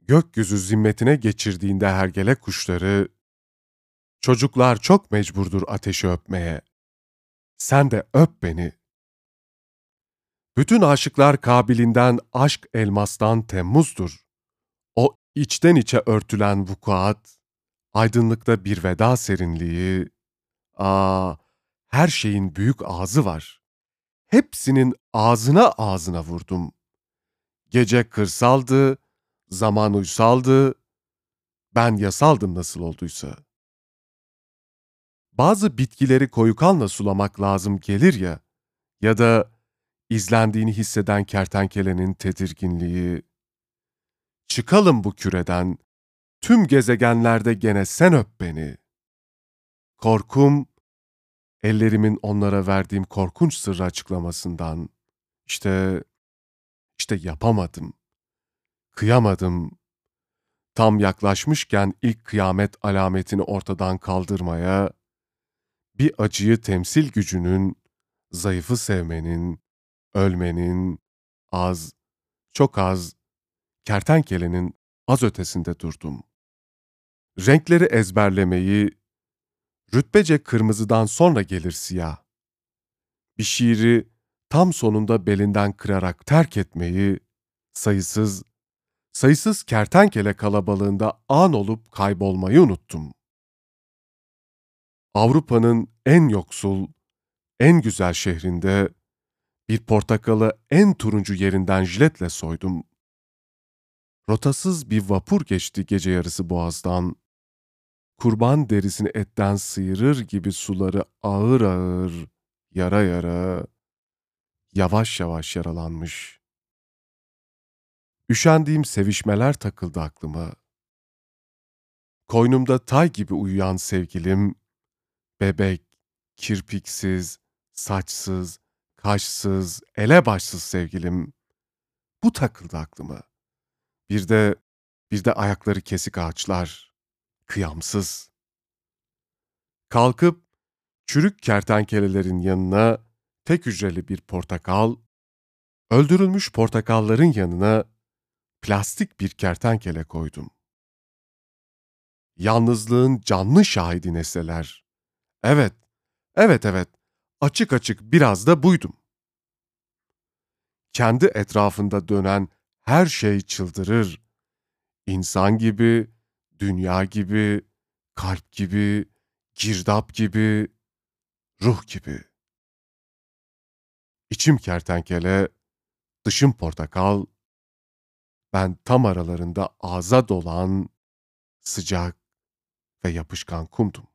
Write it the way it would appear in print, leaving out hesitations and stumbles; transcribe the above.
Gökyüzü zimmetine geçirdiğinde hergele kuşları, çocuklar çok mecburdur ateşi öpmeye. Sen de öp beni. Bütün aşıklar kabilinden aşk elmastan Temmuz'dur. O içten içe örtülen vukuat, aydınlıkta bir veda serinliği, aa, her şeyin büyük ağzı var. Hepsinin ağzına ağzına vurdum. Gece kırsaldı, zaman uysaldı, ben yasaldım nasıl olduysa. Bazı bitkileri koyu kanla sulamak lazım gelir ya, ya da izlendiğini hisseden kertenkelenin tedirginliği. Çıkalım bu küreden, tüm gezegenlerde gene sen öp beni. Korkum, ellerimin onlara verdiğim korkunç sırrı açıklamasından. İşte, işte yapamadım, kıyamadım. Tam yaklaşmışken ilk kıyamet alametini ortadan kaldırmaya, bir acıyı temsil gücünün, zayıfı sevmenin, ölmenin, az, çok az, kertenkelenin az ötesinde durdum. Renkleri ezberlemeyi, rütbece kırmızıdan sonra gelir siyah. Bir şiiri tam sonunda belinden kırarak terk etmeyi, sayısız, sayısız kertenkele kalabalığında an olup kaybolmayı unuttum. Avrupa'nın en yoksul, en güzel şehrinde bir portakalı en turuncu yerinden jiletle soydum. Rotasız bir vapur geçti gece yarısı boğazdan. Kurban derisini etten sıyırır gibi suları ağır ağır, yara yara, yavaş yavaş yaralanmış. Üşendiğim sevişmeler takıldı aklıma. Koynumda tay gibi uyuyan sevgilim, bebek, kirpiksiz, saçsız, kaşsız, elebaşsız sevgilim. Bu takıldı aklıma. Bir de, bir de ayakları kesik ağaçlar, kıyamsız. Kalkıp çürük kertenkelelerin yanına tek hücreli bir portakal, öldürülmüş portakalların yanına plastik bir kertenkele koydum. Yalnızlığın canlı şahidi nesneler. Evet, evet, açık açık biraz da buydum. Kendi etrafında dönen her şey çıldırır. İnsan gibi, dünya gibi, kalp gibi, girdap gibi, ruh gibi. İçim kertenkele, dışım portakal, ben tam aralarında ağza dolan sıcak ve yapışkan kumdum.